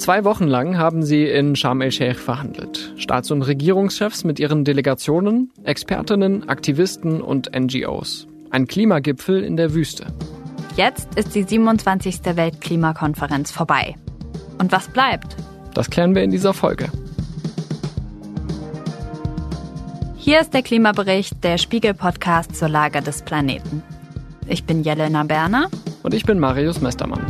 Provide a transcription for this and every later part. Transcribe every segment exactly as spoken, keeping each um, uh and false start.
Zwei Wochen lang haben sie in Sharm el-Sheikh verhandelt. Staats- und Regierungschefs mit ihren Delegationen, Expertinnen, Aktivisten und N G Os. Ein Klimagipfel in der Wüste. Jetzt ist die siebenundzwanzigste Weltklimakonferenz vorbei. Und was bleibt? Das klären wir in dieser Folge. Hier ist der Klimabericht, der Spiegel-Podcast zur Lage des Planeten. Ich bin Jelena Berner. Und ich bin Marius Mestermann.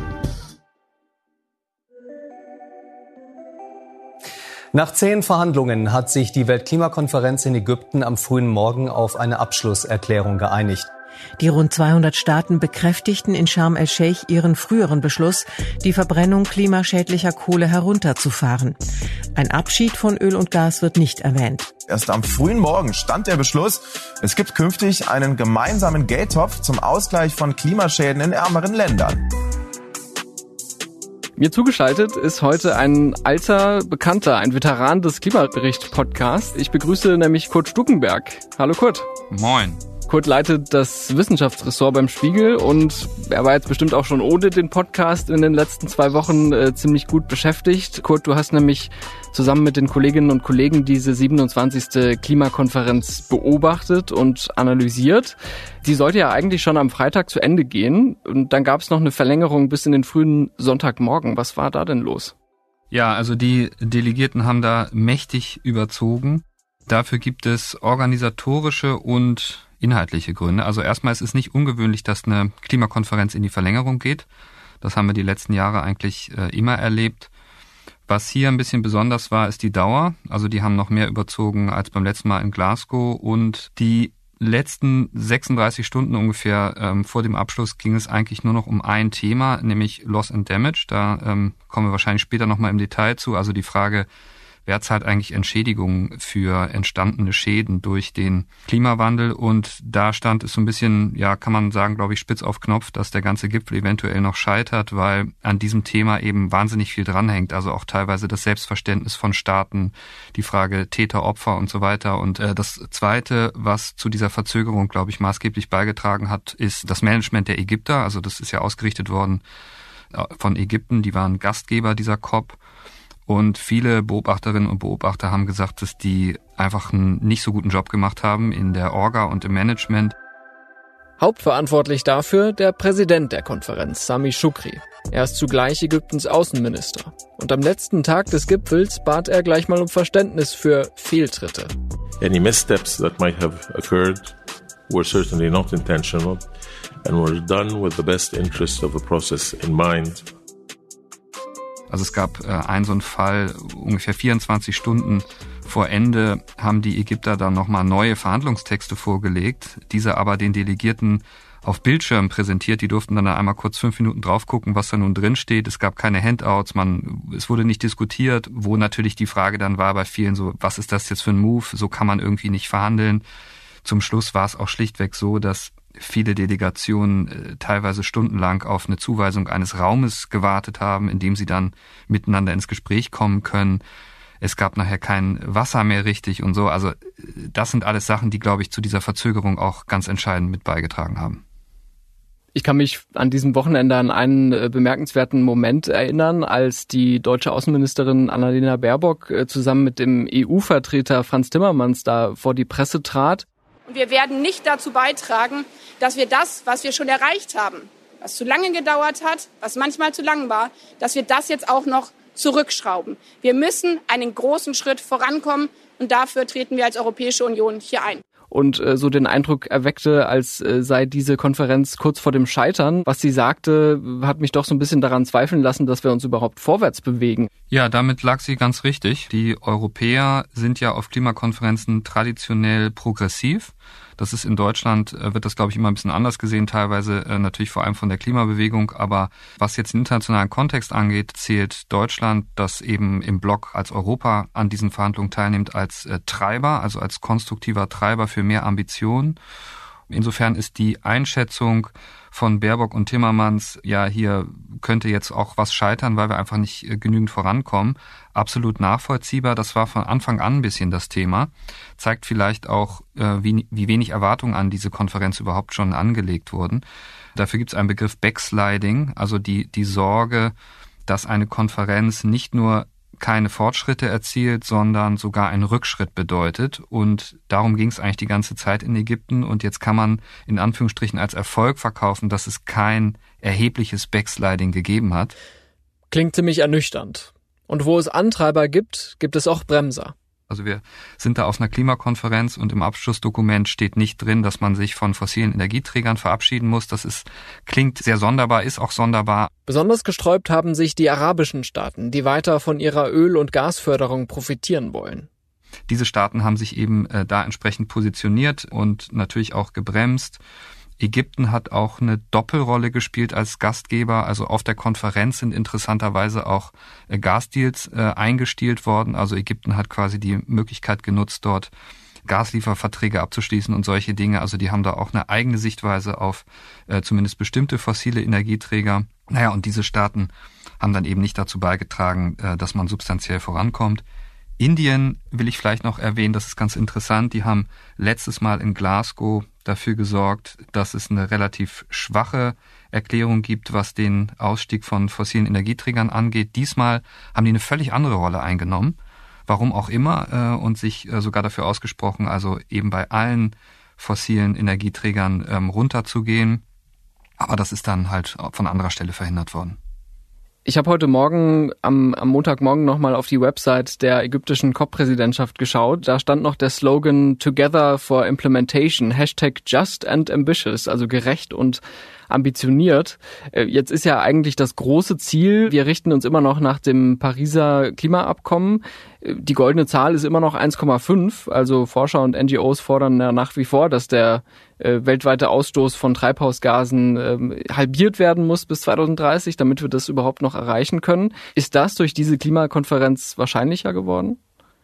Nach zehn Verhandlungen hat sich die Weltklimakonferenz in Ägypten am frühen Morgen auf eine Abschlusserklärung geeinigt. Die rund zweihundert Staaten bekräftigten in Sharm el-Sheikh ihren früheren Beschluss, die Verbrennung klimaschädlicher Kohle herunterzufahren. Ein Abschied von Öl und Gas wird nicht erwähnt. Erst am frühen Morgen stand der Beschluss, es gibt künftig einen gemeinsamen Geldtopf zum Ausgleich von Klimaschäden in ärmeren Ländern. Mir zugeschaltet ist heute ein alter Bekannter, ein Veteran des Klimabericht-Podcasts. Ich begrüße nämlich Kurt Stukenberg. Hallo Kurt. Moin. Kurt leitet das Wissenschaftsressort beim Spiegel und er war jetzt bestimmt auch schon ohne den Podcast in den letzten zwei Wochen äh, ziemlich gut beschäftigt. Kurt, du hast nämlich zusammen mit den Kolleginnen und Kollegen diese siebenundzwanzigste Klimakonferenz beobachtet und analysiert. Die sollte ja eigentlich schon am Freitag zu Ende gehen und dann gab es noch eine Verlängerung bis in den frühen Sonntagmorgen. Was war da denn los? Ja, also die Delegierten haben da mächtig überzogen. Dafür gibt es organisatorische und inhaltliche Gründe. Also erstmal ist es nicht ungewöhnlich, dass eine Klimakonferenz in die Verlängerung geht. Das haben wir die letzten Jahre eigentlich äh, immer erlebt. Was hier ein bisschen besonders war, ist die Dauer. Also die haben noch mehr überzogen als beim letzten Mal in Glasgow. Und die letzten sechsunddreißig Stunden ungefähr ähm, vor dem Abschluss ging es eigentlich nur noch um ein Thema, nämlich Loss and Damage. Da ähm, kommen wir wahrscheinlich später nochmal im Detail zu. Also die Frage, wer zahlt eigentlich Entschädigungen für entstandene Schäden durch den Klimawandel? Und da stand es so ein bisschen, ja, kann man sagen, glaube ich, spitz auf Knopf, dass der ganze Gipfel eventuell noch scheitert, weil an diesem Thema eben wahnsinnig viel dranhängt. Also auch teilweise das Selbstverständnis von Staaten, die Frage Täter, Opfer und so weiter. Und äh, das Zweite, was zu dieser Verzögerung, glaube ich, maßgeblich beigetragen hat, ist das Management der Ägypter. Also das ist ja ausgerichtet worden von Ägypten. Die waren Gastgeber dieser COP. Und viele Beobachterinnen und Beobachter haben gesagt, dass die einfach einen nicht so guten Job gemacht haben in der Orga und im Management. Hauptverantwortlich dafür der Präsident der Konferenz, Sami Choukri. Er ist zugleich Ägyptens Außenminister. Und am letzten Tag des Gipfels bat er gleich mal um Verständnis für Fehltritte. Any missteps that might have occurred were certainly not intentional and were done with the best interest of the process in mind. Also es gab äh, einen so einen Fall, ungefähr vierundzwanzig Stunden vor Ende haben die Ägypter dann nochmal neue Verhandlungstexte vorgelegt, diese aber den Delegierten auf Bildschirmen präsentiert. Die durften dann einmal kurz fünf Minuten drauf gucken, was da nun drin steht. Es gab keine Handouts, man, es wurde nicht diskutiert, wo natürlich die Frage dann war bei vielen so, was ist das jetzt für ein Move? So kann man irgendwie nicht verhandeln. Zum Schluss war es auch schlichtweg so, dass viele Delegationen äh, teilweise stundenlang auf eine Zuweisung eines Raumes gewartet haben, in dem sie dann miteinander ins Gespräch kommen können. Es gab nachher kein Wasser mehr richtig und so. Also das sind alles Sachen, die, glaube ich, zu dieser Verzögerung auch ganz entscheidend mit beigetragen haben. Ich kann mich an diesem Wochenende an einen äh, bemerkenswerten Moment erinnern, als die deutsche Außenministerin Annalena Baerbock äh, zusammen mit dem E U-Vertreter Frans Timmermans da vor die Presse trat. Und wir werden nicht dazu beitragen, dass wir das, was wir schon erreicht haben, was zu lange gedauert hat, was manchmal zu lang war, dass wir das jetzt auch noch zurückschrauben. Wir müssen einen großen Schritt vorankommen und dafür treten wir als Europäische Union hier ein. Und äh, so den Eindruck erweckte, als äh, sei diese Konferenz kurz vor dem Scheitern. Was sie sagte, hat mich doch so ein bisschen daran zweifeln lassen, dass wir uns überhaupt vorwärts bewegen. Ja, damit lag sie ganz richtig. Die Europäer sind ja auf Klimakonferenzen traditionell progressiv. Das ist in Deutschland, wird das, glaube ich, immer ein bisschen anders gesehen, teilweise natürlich vor allem von der Klimabewegung. Aber was jetzt den internationalen Kontext angeht, zählt Deutschland, das eben im Block als Europa an diesen Verhandlungen teilnimmt, als Treiber, also als konstruktiver Treiber für mehr Ambitionen. Insofern ist die Einschätzung von Baerbock und Timmermans, ja, hier könnte jetzt auch was scheitern, weil wir einfach nicht genügend vorankommen, absolut nachvollziehbar. Das war von Anfang an ein bisschen das Thema. Zeigt vielleicht auch, wie, wie wenig Erwartungen an diese Konferenz überhaupt schon angelegt wurden. Dafür gibt es einen Begriff Backsliding, also die, die Sorge, dass eine Konferenz nicht nur keine Fortschritte erzielt, sondern sogar einen Rückschritt bedeutet. Und darum ging es eigentlich die ganze Zeit in Ägypten. Und jetzt kann man in Anführungsstrichen als Erfolg verkaufen, dass es kein erhebliches Backsliding gegeben hat. Klingt ziemlich ernüchternd. Und wo es Antreiber gibt, gibt es auch Bremser. Also wir sind da auf einer Klimakonferenz und im Abschlussdokument steht nicht drin, dass man sich von fossilen Energieträgern verabschieden muss. Das ist, klingt sehr sonderbar, ist auch sonderbar. Besonders gesträubt haben sich die arabischen Staaten, die weiter von ihrer Öl- und Gasförderung profitieren wollen. Diese Staaten haben sich eben äh, da entsprechend positioniert und natürlich auch gebremst. Ägypten hat auch eine Doppelrolle gespielt als Gastgeber. Also auf der Konferenz sind interessanterweise auch Gasdeals äh, eingestielt worden. Also Ägypten hat quasi die Möglichkeit genutzt, dort Gaslieferverträge abzuschließen und solche Dinge. Also die haben da auch eine eigene Sichtweise auf äh, zumindest bestimmte fossile Energieträger. Naja, und diese Staaten haben dann eben nicht dazu beigetragen, äh, dass man substanziell vorankommt. Indien will ich vielleicht noch erwähnen, das ist ganz interessant. Die haben letztes Mal in Glasgow dafür gesorgt, dass es eine relativ schwache Erklärung gibt, was den Ausstieg von fossilen Energieträgern angeht. Diesmal haben die eine völlig andere Rolle eingenommen, warum auch immer, und sich sogar dafür ausgesprochen, also eben bei allen fossilen Energieträgern runterzugehen. Aber das ist dann halt von anderer Stelle verhindert worden. Ich habe heute Morgen, am, am Montagmorgen nochmal auf die Website der ägyptischen C O P-Präsidentschaft geschaut. Da stand noch der Slogan Together for Implementation, Hashtag Just and Ambitious, also gerecht und ambitioniert. Jetzt ist ja eigentlich das große Ziel, wir richten uns immer noch nach dem Pariser Klimaabkommen. Die goldene Zahl ist immer noch eins Komma fünf, also Forscher und N G Os fordern ja nach wie vor, dass der äh, weltweite Ausstoß von Treibhausgasen äh, halbiert werden muss bis zweitausenddreißig, damit wir das überhaupt noch erreichen können. Ist das durch diese Klimakonferenz wahrscheinlicher geworden?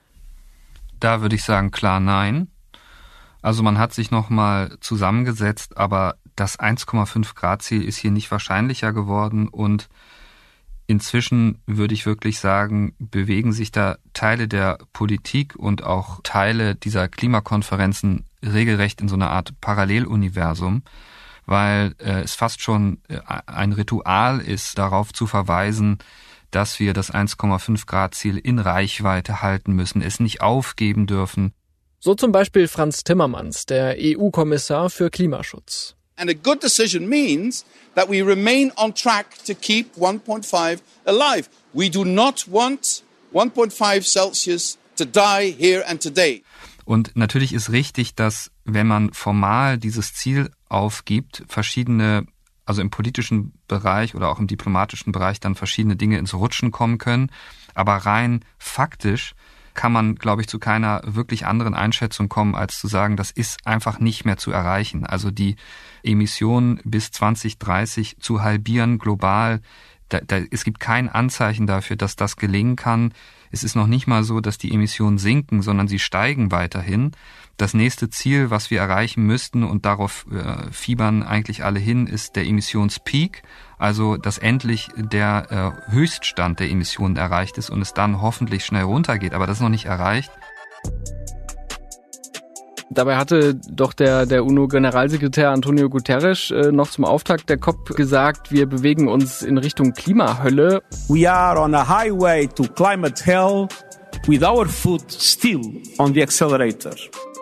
Da würde ich sagen, klar nein. Also man hat sich nochmal zusammengesetzt, aber das eins Komma fünf Grad Ziel ist hier nicht wahrscheinlicher geworden und inzwischen würde ich wirklich sagen, bewegen sich da Teile der Politik und auch Teile dieser Klimakonferenzen regelrecht in so einer Art Paralleluniversum, weil äh, es fast schon äh, ein Ritual ist, darauf zu verweisen, dass wir das eins Komma fünf Grad Ziel in Reichweite halten müssen, es nicht aufgeben dürfen. So zum Beispiel Frans Timmermans, der E U-Kommissar für Klimaschutz. And a good decision means that we remain on track to keep one point five alive. We do not want one point five Celsius to die here and today. Und natürlich ist richtig, dass wenn man formal dieses Ziel aufgibt, verschiedene, also im politischen Bereich oder auch im diplomatischen Bereich dann verschiedene Dinge ins Rutschen kommen können. Aber rein faktisch kann man, glaube ich, zu keiner wirklich anderen Einschätzung kommen, als zu sagen, das ist einfach nicht mehr zu erreichen. Also die Emissionen bis zwanzig dreißig zu halbieren global, da, da, es gibt kein Anzeichen dafür, dass das gelingen kann. Es ist noch nicht mal so, dass die Emissionen sinken, sondern sie steigen weiterhin. Das nächste Ziel, was wir erreichen müssten, und darauf äh, fiebern eigentlich alle hin, ist der Emissionspeak, also dass endlich der äh, Höchststand der Emissionen erreicht ist und es dann hoffentlich schnell runtergeht. Aber das ist noch nicht erreicht. Dabei hatte doch der, der UNO-Generalsekretär Antonio Guterres äh, noch zum Auftakt der C O P gesagt, wir bewegen uns in Richtung Klimahölle. We are on a highway to climate hell with our foot still on the accelerator.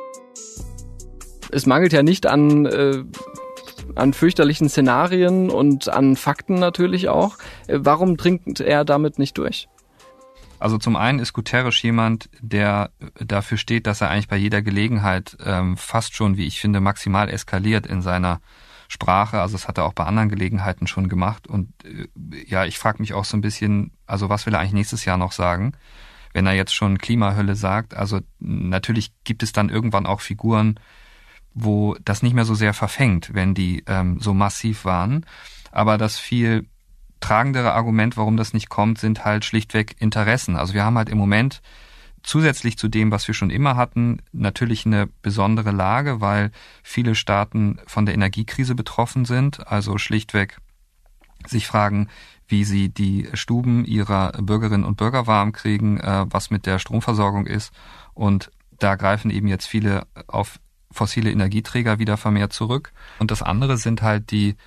Es mangelt ja nicht an, äh, an fürchterlichen Szenarien und an Fakten natürlich auch. Äh, warum dringt er damit nicht durch? Also zum einen ist Guterres jemand, der dafür steht, dass er eigentlich bei jeder Gelegenheit ähm, fast schon, wie ich finde, maximal eskaliert in seiner Sprache. Also das hat er auch bei anderen Gelegenheiten schon gemacht. Und äh, ja, ich frage mich auch so ein bisschen, also was will er eigentlich nächstes Jahr noch sagen, wenn er jetzt schon Klimahölle sagt? Also natürlich gibt es dann irgendwann auch Figuren, wo das nicht mehr so sehr verfängt, wenn die ähm, so massiv waren. Aber das viel tragendere Argument, warum das nicht kommt, sind halt schlichtweg Interessen. Also wir haben halt im Moment zusätzlich zu dem, was wir schon immer hatten, natürlich eine besondere Lage, weil viele Staaten von der Energiekrise betroffen sind. Also schlichtweg sich fragen, wie sie die Stuben ihrer Bürgerinnen und Bürger warm kriegen, äh, was mit der Stromversorgung ist. Und da greifen eben jetzt viele auf fossile Energieträger wieder vermehrt zurück. Und das andere sind halt die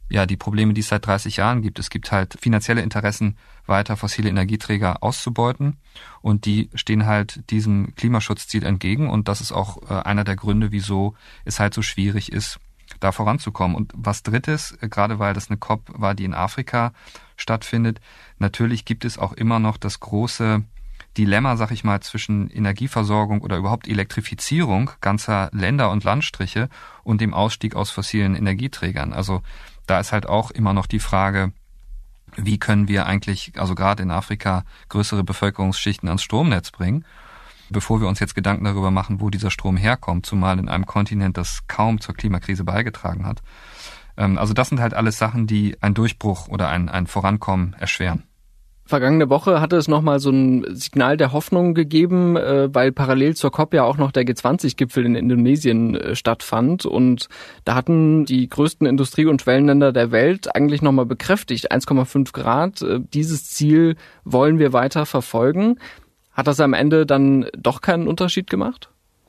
ja die Probleme, die es seit dreißig Jahren gibt. Es gibt halt finanzielle Interessen, weiter fossile Energieträger auszubeuten und die stehen halt diesem Klimaschutzziel entgegen und das ist auch äh, einer der Gründe, wieso es halt so schwierig ist, da voranzukommen. Und was Drittes, äh, gerade weil das eine C O P war, die in Afrika stattfindet, natürlich gibt es auch immer noch das große Dilemma, sag ich mal, zwischen Energieversorgung oder überhaupt Elektrifizierung ganzer Länder und Landstriche und dem Ausstieg aus fossilen Energieträgern. Also da ist halt auch immer noch die Frage, wie können wir eigentlich, also gerade in Afrika, größere Bevölkerungsschichten ans Stromnetz bringen, bevor wir uns jetzt Gedanken darüber machen, wo dieser Strom herkommt, zumal in einem Kontinent, das kaum zur Klimakrise beigetragen hat. Also das sind halt alles Sachen, die einen Durchbruch oder ein, ein Vorankommen erschweren. Vergangene Woche hatte es nochmal so ein Signal der Hoffnung gegeben, weil parallel zur C O P ja auch noch der G zwanzig Gipfel in Indonesien stattfand. Und da hatten die größten Industrie- und Schwellenländer der Welt eigentlich nochmal bekräftigt, eins Komma fünf Grad, dieses Ziel wollen wir weiter verfolgen. Hat das am Ende dann doch keinen Unterschied gemacht?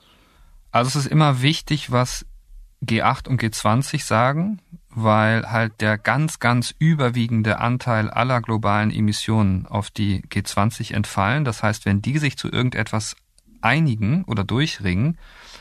Also es ist immer wichtig, was G acht und G zwanzig sagen, weil halt der ganz, ganz überwiegende Anteil aller globalen Emissionen auf die G zwanzig entfallen. Das heißt, wenn die sich zu irgendetwas einigen oder durchringen,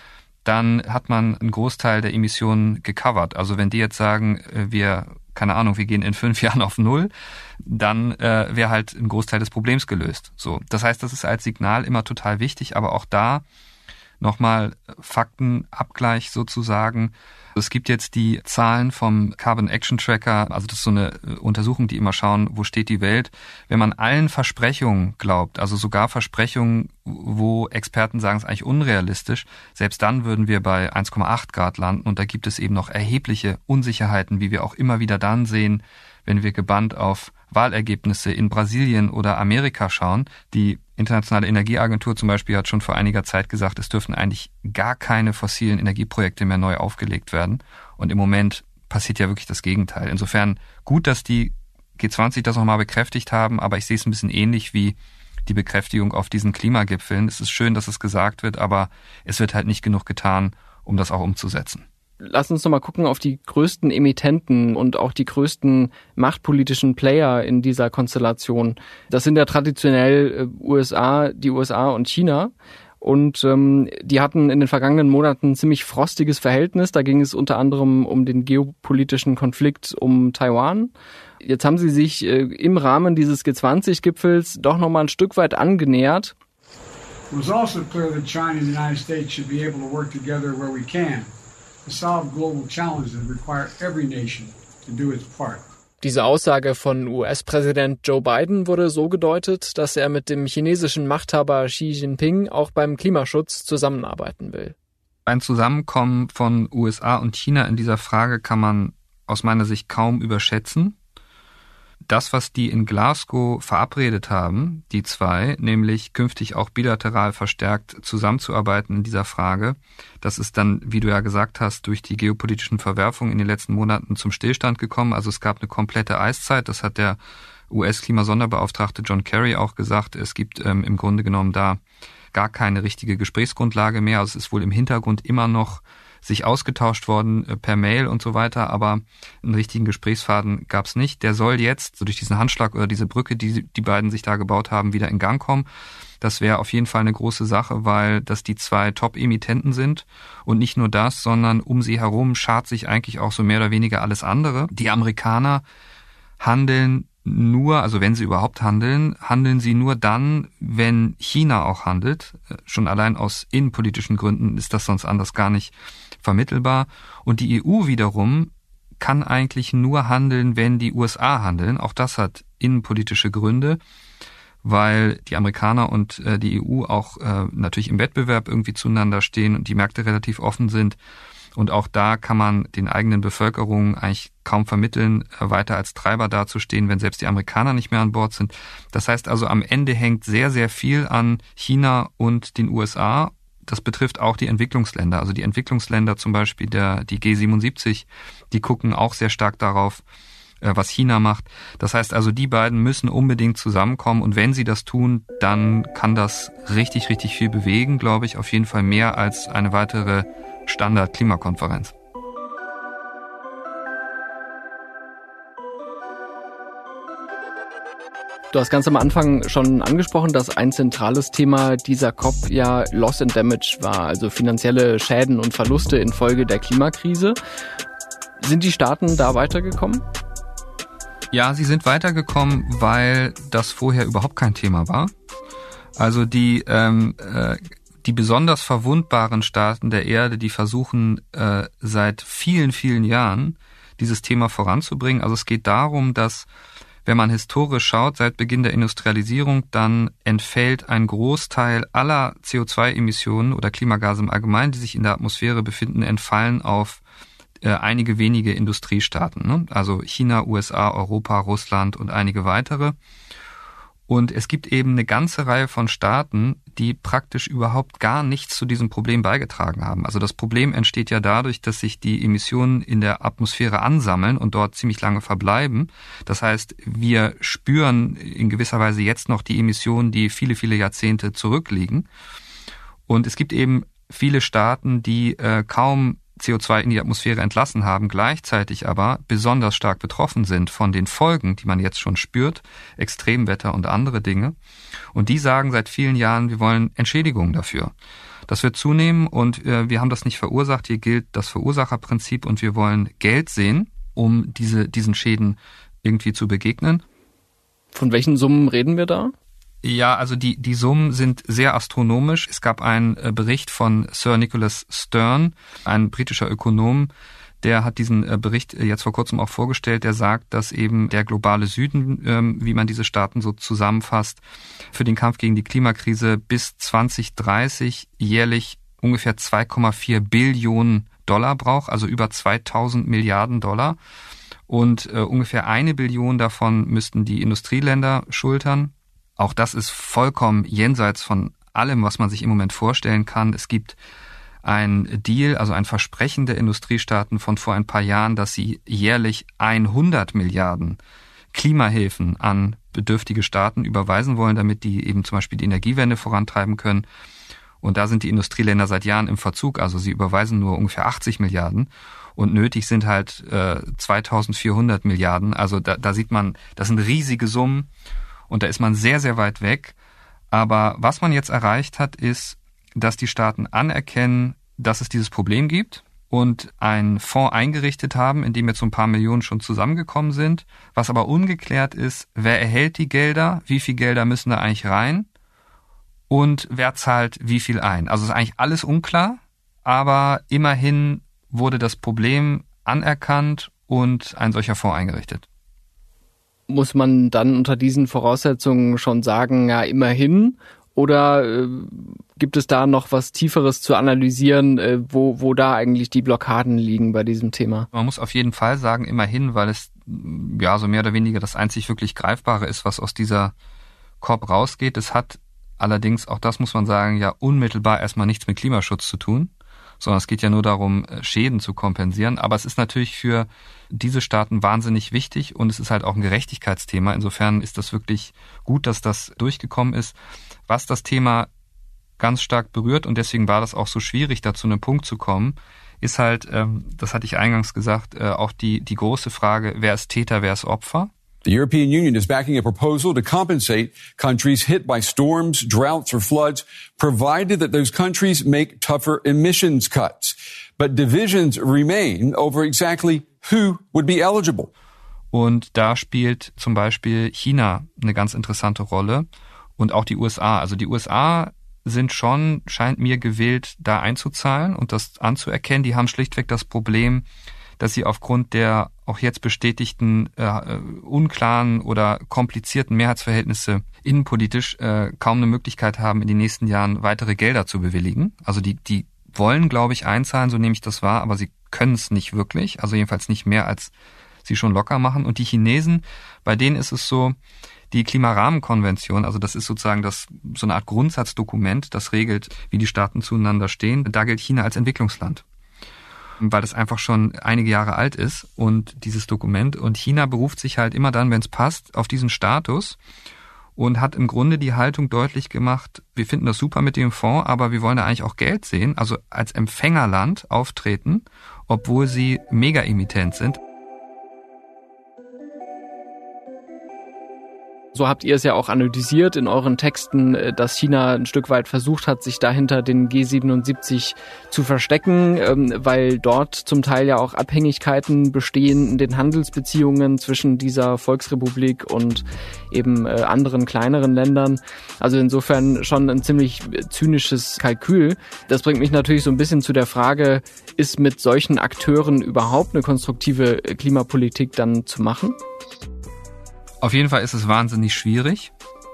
dann hat man einen Großteil der Emissionen gecovert. Also wenn die jetzt sagen, wir, keine Ahnung, wir gehen in fünf Jahren auf Null, dann äh, wäre halt ein Großteil des Problems gelöst. So, das heißt, das ist als Signal immer total wichtig, aber auch da nochmal Faktenabgleich sozusagen. Es gibt jetzt die Zahlen vom Carbon Action Tracker, also das ist so eine Untersuchung, die immer schauen, wo steht die Welt. Wenn man allen Versprechungen glaubt, also sogar Versprechungen, wo Experten sagen, es ist eigentlich unrealistisch, selbst dann würden wir bei eins Komma acht Grad landen und da gibt es eben noch erhebliche Unsicherheiten, wie wir auch immer wieder dann sehen, wenn wir gebannt auf Wahlergebnisse in Brasilien oder Amerika schauen. Die Internationale Energieagentur zum Beispiel hat schon vor einiger Zeit gesagt, es dürfen eigentlich gar keine fossilen Energieprojekte mehr neu aufgelegt werden. Und im Moment passiert ja wirklich das Gegenteil. Insofern gut, dass die G zwanzig das nochmal bekräftigt haben, aber ich sehe es ein bisschen ähnlich wie die Bekräftigung auf diesen Klimagipfeln. Es ist schön, dass es gesagt wird, aber es wird halt nicht genug getan, um das auch umzusetzen. Lass uns noch mal gucken auf die größten Emittenten und auch die größten machtpolitischen Player in dieser Konstellation. Das sind ja traditionell U S A, die U S A und China. Und ähm, die hatten in den vergangenen Monaten ein ziemlich frostiges Verhältnis. Da ging es unter anderem um den geopolitischen Konflikt um Taiwan. Jetzt haben sie sich äh, im Rahmen dieses G zwanzig Gipfels doch noch mal ein Stück weit angenähert. It was also clear that China and the United States should be able to work together where we can. To solve global challenges that require every nation to do its part. Diese Aussage von U S-Präsident Joe Biden wurde so gedeutet, dass er mit dem chinesischen Machthaber Xi Jinping auch beim Klimaschutz zusammenarbeiten will. Ein Zusammenkommen von U S A und China in dieser Frage kann man aus meiner Sicht kaum überschätzen. Das, was die in Glasgow verabredet haben, die zwei, nämlich künftig auch bilateral verstärkt zusammenzuarbeiten in dieser Frage, das ist dann, wie du ja gesagt hast, durch die geopolitischen Verwerfungen in den letzten Monaten zum Stillstand gekommen. Also es gab eine komplette Eiszeit, das hat der U S-Klimasonderbeauftragte John Kerry auch gesagt. Es gibt ähm, im Grunde genommen da gar keine richtige Gesprächsgrundlage mehr. Also es ist wohl im Hintergrund immer noch sich ausgetauscht worden äh, per Mail und so weiter, aber einen richtigen Gesprächsfaden gab es nicht. Der soll jetzt, so durch diesen Handschlag oder diese Brücke, die die beiden sich da gebaut haben, wieder in Gang kommen. Das wäre auf jeden Fall eine große Sache, weil das die zwei Top-Emittenten sind. Und nicht nur das, sondern um sie herum schart sich eigentlich auch so mehr oder weniger alles andere. Die Amerikaner handeln nur, also wenn sie überhaupt handeln, handeln sie nur dann, wenn China auch handelt. Schon allein aus innenpolitischen Gründen ist das sonst anders gar nicht vermittelbar. Und die E U wiederum kann eigentlich nur handeln, wenn die U S A handeln. Auch das hat innenpolitische Gründe, weil die Amerikaner und äh, die E U auch äh, natürlich im Wettbewerb irgendwie zueinander stehen und die Märkte relativ offen sind. Und auch da kann man den eigenen Bevölkerungen eigentlich kaum vermitteln, weiter als Treiber dazustehen, wenn selbst die Amerikaner nicht mehr an Bord sind. Das heißt also, am Ende hängt sehr, sehr viel an China und den U S A. Das betrifft auch die Entwicklungsländer. Also die Entwicklungsländer zum Beispiel, der die G siebenundsiebzig, die gucken auch sehr stark darauf, was China macht. Das heißt also, die beiden müssen unbedingt zusammenkommen. Und wenn sie das tun, dann kann das richtig, richtig viel bewegen, glaube ich. Auf jeden Fall mehr als eine weitere Standard-Klimakonferenz. Du hast ganz am Anfang schon angesprochen, dass ein zentrales Thema dieser C O P ja Loss and Damage war, also finanzielle Schäden und Verluste infolge der Klimakrise. Sind die Staaten da weitergekommen? Ja, sie sind weitergekommen, weil das vorher überhaupt kein Thema war. Also die ähm, äh, die besonders verwundbaren Staaten der Erde, die versuchen äh, seit vielen, vielen Jahren dieses Thema voranzubringen. Also es geht darum, dass, wenn man historisch schaut, seit Beginn der Industrialisierung, dann entfällt ein Großteil aller C O zwei Emissionen oder Klimagase im Allgemeinen, die sich in der Atmosphäre befinden, entfallen auf äh, einige wenige Industriestaaten, ne? Also China, U S A, Europa, Russland und einige weitere. Und es gibt eben eine ganze Reihe von Staaten, die praktisch überhaupt gar nichts zu diesem Problem beigetragen haben. Also das Problem entsteht ja dadurch, dass sich die Emissionen in der Atmosphäre ansammeln und dort ziemlich lange verbleiben. Das heißt, wir spüren in gewisser Weise jetzt noch die Emissionen, die viele, viele Jahrzehnte zurückliegen. Und es gibt eben viele Staaten, die äh, kaum C O zwei in die Atmosphäre entlassen haben, gleichzeitig aber besonders stark betroffen sind von den Folgen, die man jetzt schon spürt, Extremwetter und andere Dinge. Und die sagen seit vielen Jahren, wir wollen Entschädigungen dafür. Das wird zunehmen und äh, wir haben das nicht verursacht. Hier gilt das Verursacherprinzip und wir wollen Geld sehen, um diese diesen Schäden irgendwie zu begegnen. Von welchen Summen reden wir da? Ja, also die die Summen sind sehr astronomisch. Es gab einen Bericht von Sir Nicholas Stern, ein britischer Ökonom, der hat diesen Bericht jetzt vor kurzem auch vorgestellt. Der sagt, dass eben der globale Süden, wie man diese Staaten so zusammenfasst, für den Kampf gegen die Klimakrise bis zwanzig dreißig jährlich ungefähr zwei Komma vier Billionen Dollar braucht, also über zweitausend Milliarden Dollar. Und äh, ungefähr eine Billion davon müssten die Industrieländer schultern. Auch das ist vollkommen jenseits von allem, was man sich im Moment vorstellen kann. Es gibt ein Deal, also ein Versprechen der Industriestaaten von vor ein paar Jahren, dass sie jährlich hundert Milliarden Klimahilfen an bedürftige Staaten überweisen wollen, damit die eben zum Beispiel die Energiewende vorantreiben können. Und da sind die Industrieländer seit Jahren im Verzug. Also sie überweisen nur ungefähr achtzig Milliarden und nötig sind halt äh, zweitausendvierhundert Milliarden. Also da, da sieht man, das sind riesige Summen. Und da ist man sehr, sehr weit weg. Aber was man jetzt erreicht hat, ist, dass die Staaten anerkennen, dass es dieses Problem gibt und einen Fonds eingerichtet haben, in dem jetzt so ein paar Millionen schon zusammengekommen sind. Was aber ungeklärt ist, wer erhält die Gelder, wie viel Gelder müssen da eigentlich rein und wer zahlt wie viel ein. Also ist eigentlich alles unklar, aber immerhin wurde das Problem anerkannt und ein solcher Fonds eingerichtet. Muss man dann unter diesen Voraussetzungen schon sagen, ja, immerhin? Oder äh, gibt es da noch was Tieferes zu analysieren, äh, wo, wo da eigentlich die Blockaden liegen bei diesem Thema? Man muss auf jeden Fall sagen, immerhin, weil es ja so mehr oder weniger das einzig wirklich Greifbare ist, was aus dieser C O P rausgeht. Es hat allerdings, auch das muss man sagen, ja unmittelbar erstmal nichts mit Klimaschutz zu tun, sondern es geht ja nur darum, Schäden zu kompensieren. Aber es ist natürlich für diese Staaten wahnsinnig wichtig und es ist halt auch ein Gerechtigkeitsthema. Insofern ist das wirklich gut, dass das durchgekommen ist. Was das Thema ganz stark berührt und deswegen war das auch so schwierig, da zu einem Punkt zu kommen, ist halt, das hatte ich eingangs gesagt, auch die, die große Frage, wer ist Täter, wer ist Opfer? The European Union is backing a proposal to compensate countries hit by storms, droughts or floods, provided that those countries make tougher emissions cuts. But divisions remain over exactly who would be eligible. Und da spielt zum Beispiel China eine ganz interessante Rolle und auch die U S A. Also die U S A sind schon, scheint mir, gewillt, da einzuzahlen und das anzuerkennen. Die haben schlichtweg das Problem, dass sie aufgrund der auch jetzt bestätigten äh, unklaren oder komplizierten Mehrheitsverhältnisse innenpolitisch äh, kaum eine Möglichkeit haben, in den nächsten Jahren weitere Gelder zu bewilligen. Also die die wollen, glaube ich, einzahlen, so nehme ich das wahr, aber sie können es nicht wirklich, also jedenfalls nicht mehr, als sie schon locker machen. Und die Chinesen, bei denen ist es so, die Klimarahmenkonvention, also das ist sozusagen das so eine Art Grundsatzdokument, das regelt, wie die Staaten zueinander stehen. Da gilt China als Entwicklungsland, weil das einfach schon einige Jahre alt ist und dieses Dokument. Und China beruft sich halt immer dann, wenn es passt, auf diesen Status und hat im Grunde die Haltung deutlich gemacht, wir finden das super mit dem Fonds, aber wir wollen da eigentlich auch Geld sehen, also als Empfängerland auftreten, obwohl sie Mega-Emittent sind. So habt ihr es ja auch analysiert in euren Texten, dass China ein Stück weit versucht hat, sich dahinter den G siebenundsiebzig zu verstecken, weil dort zum Teil ja auch Abhängigkeiten bestehen in den Handelsbeziehungen zwischen dieser Volksrepublik und eben anderen kleineren Ländern. Also insofern schon ein ziemlich zynisches Kalkül. Das bringt mich natürlich so ein bisschen zu der Frage, ist mit solchen Akteuren überhaupt eine konstruktive Klimapolitik dann zu machen? Auf jeden Fall ist es wahnsinnig schwierig,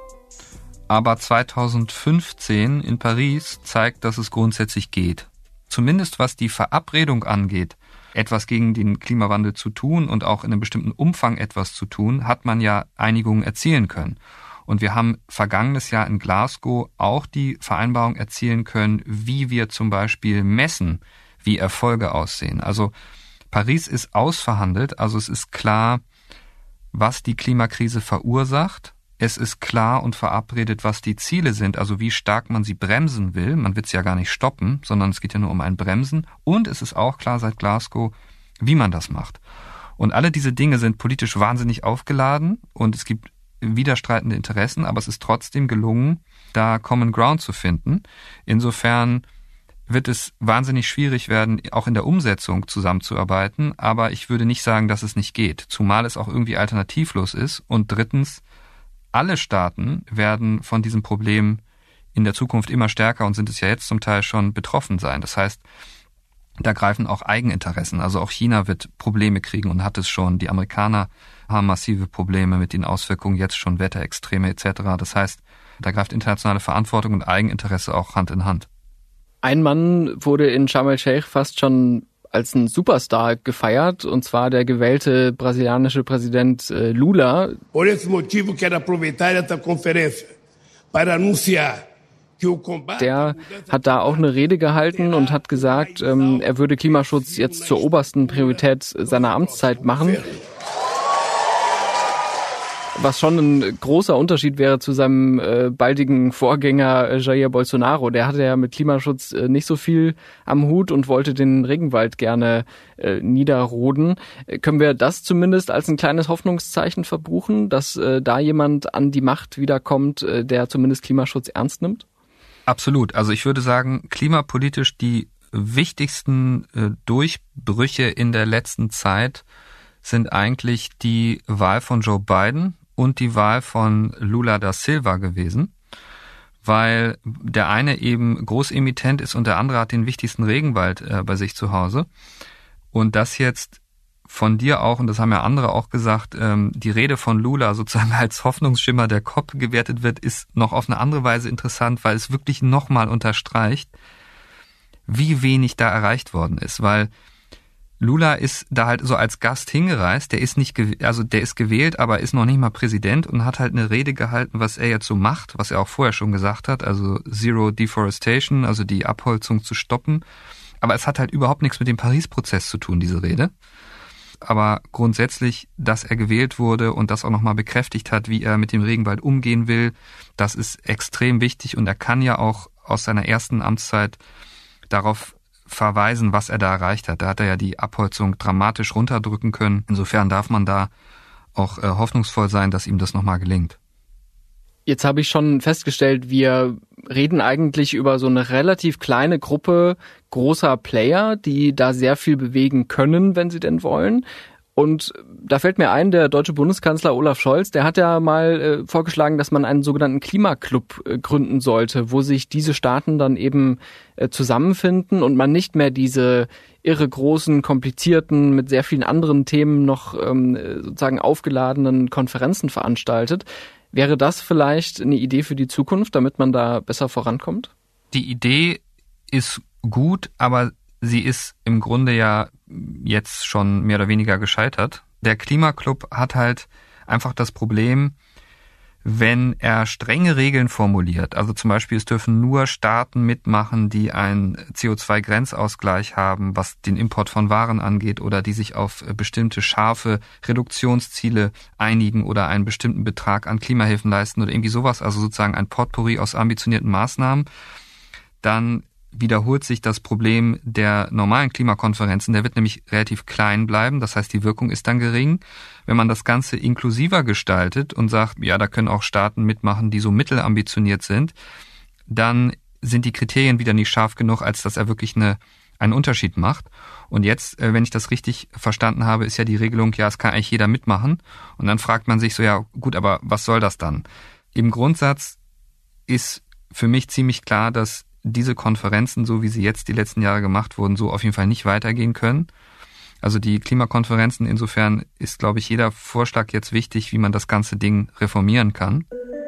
aber zweitausendfünfzehn in Paris zeigt, dass es grundsätzlich geht. Zumindest was die Verabredung angeht, etwas gegen den Klimawandel zu tun und auch in einem bestimmten Umfang etwas zu tun, hat man ja Einigungen erzielen können. Und wir haben vergangenes Jahr in Glasgow auch die Vereinbarung erzielen können, wie wir zum Beispiel messen, wie Erfolge aussehen. Also Paris ist ausverhandelt, also es ist klar, was die Klimakrise verursacht. Es ist klar und verabredet, was die Ziele sind, also wie stark man sie bremsen will. Man wird sie ja gar nicht stoppen, sondern es geht ja nur um ein Bremsen. Und es ist auch klar seit Glasgow, wie man das macht. Und alle diese Dinge sind politisch wahnsinnig aufgeladen und es gibt widerstreitende Interessen, aber es ist trotzdem gelungen, da Common Ground zu finden. Insofern wird es wahnsinnig schwierig werden, auch in der Umsetzung zusammenzuarbeiten. Aber ich würde nicht sagen, dass es nicht geht, zumal es auch irgendwie alternativlos ist. Und drittens, alle Staaten werden von diesem Problem in der Zukunft immer stärker und sind es ja jetzt zum Teil schon betroffen sein. Das heißt, da greifen auch Eigeninteressen. Also auch China wird Probleme kriegen und hat es schon. Die Amerikaner haben massive Probleme mit den Auswirkungen jetzt schon, Wetterextreme et cetera. Das heißt, da greift internationale Verantwortung und Eigeninteresse auch Hand in Hand. Ein Mann wurde in Sharm el-Sheikh fast schon als ein Superstar gefeiert, und zwar der gewählte brasilianische Präsident äh, Lula. Por esse motivo quero aproveitar esta conferência para anunciar. Der hat da auch eine Rede gehalten und hat gesagt, ähm, er würde Klimaschutz jetzt zur obersten Priorität seiner Amtszeit machen. Was schon ein großer Unterschied wäre zu seinem äh, baldigen Vorgänger Jair Bolsonaro. Der hatte ja mit Klimaschutz äh, nicht so viel am Hut und wollte den Regenwald gerne äh, niederroden. Äh, können wir das zumindest als ein kleines Hoffnungszeichen verbuchen, dass äh, da jemand an die Macht wiederkommt, äh, der zumindest Klimaschutz ernst nimmt? Absolut. Also ich würde sagen, klimapolitisch die wichtigsten äh, Durchbrüche in der letzten Zeit sind eigentlich die Wahl von Joe Biden und die Wahl von Lula da Silva gewesen, weil der eine eben Großemittent ist und der andere hat den wichtigsten Regenwald äh, bei sich zu Hause. Und das jetzt von dir auch, und das haben ja andere auch gesagt, ähm, die Rede von Lula sozusagen als Hoffnungsschimmer der C O P gewertet wird, ist noch auf eine andere Weise interessant, weil es wirklich nochmal unterstreicht, wie wenig da erreicht worden ist, weil Lula ist da halt so als Gast hingereist, der ist nicht, also der ist gewählt, aber ist noch nicht mal Präsident und hat halt eine Rede gehalten, was er jetzt so macht, was er auch vorher schon gesagt hat, also Zero Deforestation, also die Abholzung zu stoppen. Aber es hat halt überhaupt nichts mit dem Paris-Prozess zu tun, diese Rede. Aber grundsätzlich, dass er gewählt wurde und das auch nochmal bekräftigt hat, wie er mit dem Regenwald umgehen will, das ist extrem wichtig und er kann ja auch aus seiner ersten Amtszeit darauf verweisen, was er da erreicht hat. Da hat er ja die Abholzung dramatisch runterdrücken können. Insofern darf man da auch äh, hoffnungsvoll sein, dass ihm das nochmal gelingt. Jetzt habe ich schon festgestellt, wir reden eigentlich über so eine relativ kleine Gruppe großer Player, die da sehr viel bewegen können, wenn sie denn wollen. Und da fällt mir ein, der deutsche Bundeskanzler Olaf Scholz, der hat ja mal äh, vorgeschlagen, dass man einen sogenannten Klimaclub äh, gründen sollte, wo sich diese Staaten dann eben äh, zusammenfinden und man nicht mehr diese irre großen, komplizierten, mit sehr vielen anderen Themen noch ähm, sozusagen aufgeladenen Konferenzen veranstaltet. Wäre das vielleicht eine Idee für die Zukunft, damit man da besser vorankommt? Die Idee ist gut, aber sie ist im Grunde ja jetzt schon mehr oder weniger gescheitert. Der Klimaclub hat halt einfach das Problem, wenn er strenge Regeln formuliert, also zum Beispiel es dürfen nur Staaten mitmachen, die einen C O zwei Grenzausgleich haben, was den Import von Waren angeht oder die sich auf bestimmte scharfe Reduktionsziele einigen oder einen bestimmten Betrag an Klimahilfen leisten oder irgendwie sowas, also sozusagen ein Potpourri aus ambitionierten Maßnahmen, dann wiederholt sich das Problem der normalen Klimakonferenzen. Der wird nämlich relativ klein bleiben, das heißt, die Wirkung ist dann gering. Wenn man das Ganze inklusiver gestaltet und sagt, ja, da können auch Staaten mitmachen, die so mittelambitioniert sind, dann sind die Kriterien wieder nicht scharf genug, als dass er wirklich eine, einen Unterschied macht. Und jetzt, wenn ich das richtig verstanden habe, ist ja die Regelung, ja, es kann eigentlich jeder mitmachen. Und dann fragt man sich so, ja gut, aber was soll das dann? Im Grundsatz ist für mich ziemlich klar, dass diese Konferenzen, so wie sie jetzt die letzten Jahre gemacht wurden, so auf jeden Fall nicht weitergehen können. Also die Klimakonferenzen, insofern ist, glaube ich, jeder Vorschlag jetzt wichtig, wie man das ganze Ding reformieren kann.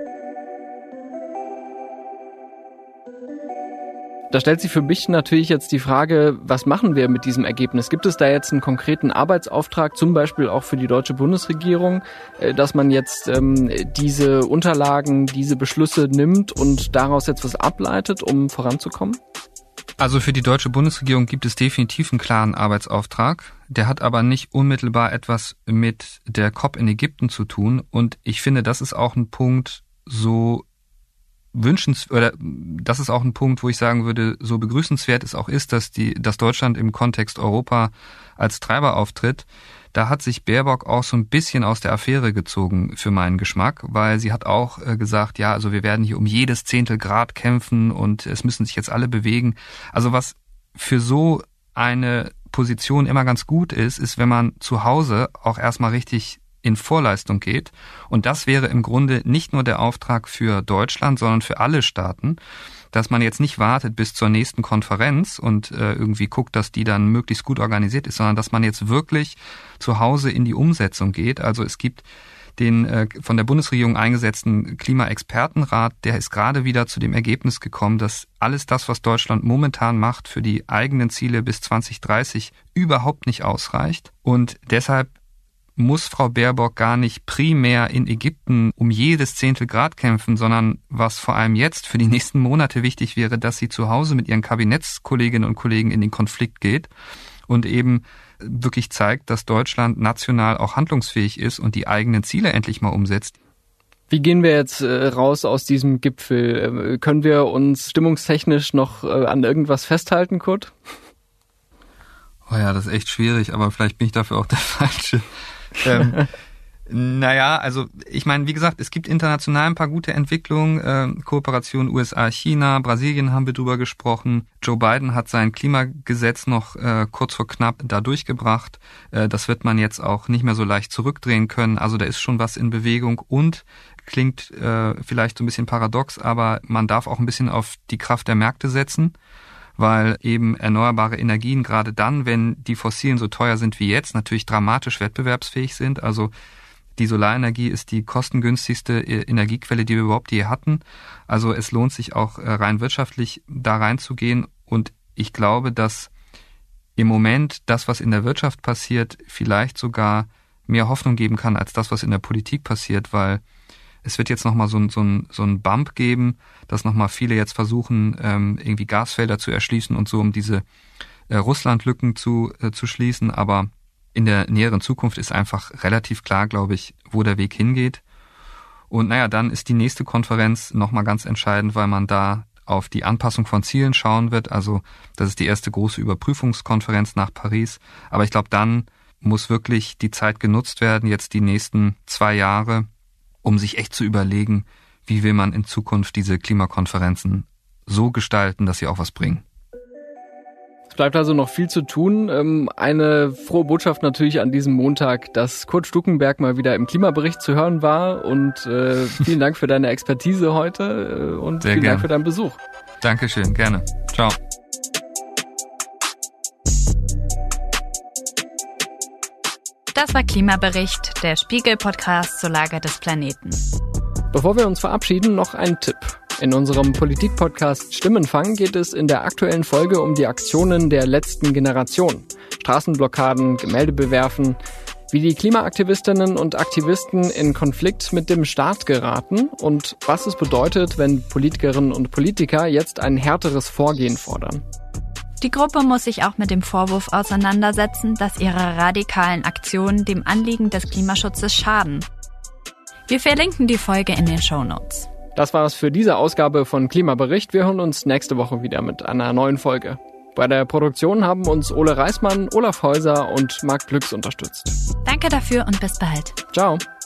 Da stellt sich für mich natürlich jetzt die Frage, was machen wir mit diesem Ergebnis? Gibt es da jetzt einen konkreten Arbeitsauftrag, zum Beispiel auch für die deutsche Bundesregierung, dass man jetzt ähm, diese Unterlagen, diese Beschlüsse nimmt und daraus jetzt was ableitet, um voranzukommen? Also für die deutsche Bundesregierung gibt es definitiv einen klaren Arbeitsauftrag. Der hat aber nicht unmittelbar etwas mit der COP in Ägypten zu tun. Und ich finde, das ist auch ein Punkt, so wünschenswert, oder das ist auch ein Punkt, wo ich sagen würde, so begrüßenswert es auch ist, dass die, dass Deutschland im Kontext Europa als Treiber auftritt. Da hat sich Baerbock auch so ein bisschen aus der Affäre gezogen für meinen Geschmack, weil sie hat auch gesagt, ja, also wir werden hier um jedes Zehntel Grad kämpfen und es müssen sich jetzt alle bewegen. Also was für so eine Position immer ganz gut ist, ist, wenn man zu Hause auch erstmal richtig in Vorleistung geht. Und das wäre im Grunde nicht nur der Auftrag für Deutschland, sondern für alle Staaten, dass man jetzt nicht wartet bis zur nächsten Konferenz und äh, irgendwie guckt, dass die dann möglichst gut organisiert ist, sondern dass man jetzt wirklich zu Hause in die Umsetzung geht. Also es gibt den äh, von der Bundesregierung eingesetzten Klimaexpertenrat, der ist gerade wieder zu dem Ergebnis gekommen, dass alles das, was Deutschland momentan macht, für die eigenen Ziele bis zwanzig dreißig überhaupt nicht ausreicht. Und deshalb muss Frau Baerbock gar nicht primär in Ägypten um jedes Zehntel Grad kämpfen, sondern was vor allem jetzt für die nächsten Monate wichtig wäre, dass sie zu Hause mit ihren Kabinettskolleginnen und Kollegen in den Konflikt geht und eben wirklich zeigt, dass Deutschland national auch handlungsfähig ist und die eigenen Ziele endlich mal umsetzt. Wie gehen wir jetzt äh, raus aus diesem Gipfel? Äh, können wir uns stimmungstechnisch noch äh, an irgendwas festhalten, Kurt? Oh ja, das ist echt schwierig, aber vielleicht bin ich dafür auch der Falsche. ähm, naja, also ich meine, wie gesagt, es gibt international ein paar gute Entwicklungen, äh, Kooperation U S A, China, Brasilien haben wir drüber gesprochen. Joe Biden hat sein Klimagesetz noch äh, kurz vor knapp da durchgebracht. Äh, das wird man jetzt auch nicht mehr so leicht zurückdrehen können. Also da ist schon was in Bewegung und klingt äh, vielleicht so ein bisschen paradox, aber man darf auch ein bisschen auf die Kraft der Märkte setzen, weil eben erneuerbare Energien gerade dann, wenn die fossilen so teuer sind wie jetzt, natürlich dramatisch wettbewerbsfähig sind. Also die Solarenergie ist die kostengünstigste Energiequelle, die wir überhaupt je hatten. Also es lohnt sich auch rein wirtschaftlich da reinzugehen. Und ich glaube, dass im Moment das, was in der Wirtschaft passiert, vielleicht sogar mehr Hoffnung geben kann als das, was in der Politik passiert, weil es wird jetzt nochmal so ein, so ein, so ein Bump geben, dass nochmal viele jetzt versuchen, ähm, irgendwie Gasfelder zu erschließen und so, um diese äh, Russlandlücken zu, äh, zu schließen. Aber in der näheren Zukunft ist einfach relativ klar, glaube ich, wo der Weg hingeht. Und naja, dann ist die nächste Konferenz nochmal ganz entscheidend, weil man da auf die Anpassung von Zielen schauen wird. Also das ist die erste große Überprüfungskonferenz nach Paris. Aber ich glaube, dann muss wirklich die Zeit genutzt werden, jetzt die nächsten zwei Jahre, um sich echt zu überlegen, wie will man in Zukunft diese Klimakonferenzen so gestalten, dass sie auch was bringen. Es bleibt also noch viel zu tun. Eine frohe Botschaft natürlich an diesem Montag, dass Kurt Stukenberg mal wieder im Klimabericht zu hören war. Und äh, vielen Dank für deine Expertise heute und Sehr vielen gerne. Dank für deinen Besuch. Dankeschön, gerne. Ciao. Das war Klimabericht, der Spiegel-Podcast zur Lage des Planeten. Bevor wir uns verabschieden, noch ein Tipp. In unserem Politik-Podcast Stimmenfang geht es in der aktuellen Folge um die Aktionen der letzten Generation. Straßenblockaden, Gemälde bewerfen, wie die Klimaaktivistinnen und Aktivisten in Konflikt mit dem Staat geraten und was es bedeutet, wenn Politikerinnen und Politiker jetzt ein härteres Vorgehen fordern. Die Gruppe muss sich auch mit dem Vorwurf auseinandersetzen, dass ihre radikalen Aktionen dem Anliegen des Klimaschutzes schaden. Wir verlinken die Folge in den Shownotes. Das war's für diese Ausgabe von Klimabericht. Wir hören uns nächste Woche wieder mit einer neuen Folge. Bei der Produktion haben uns Ole Reismann, Olaf Häuser und Marc Glücks unterstützt. Danke dafür und bis bald. Ciao.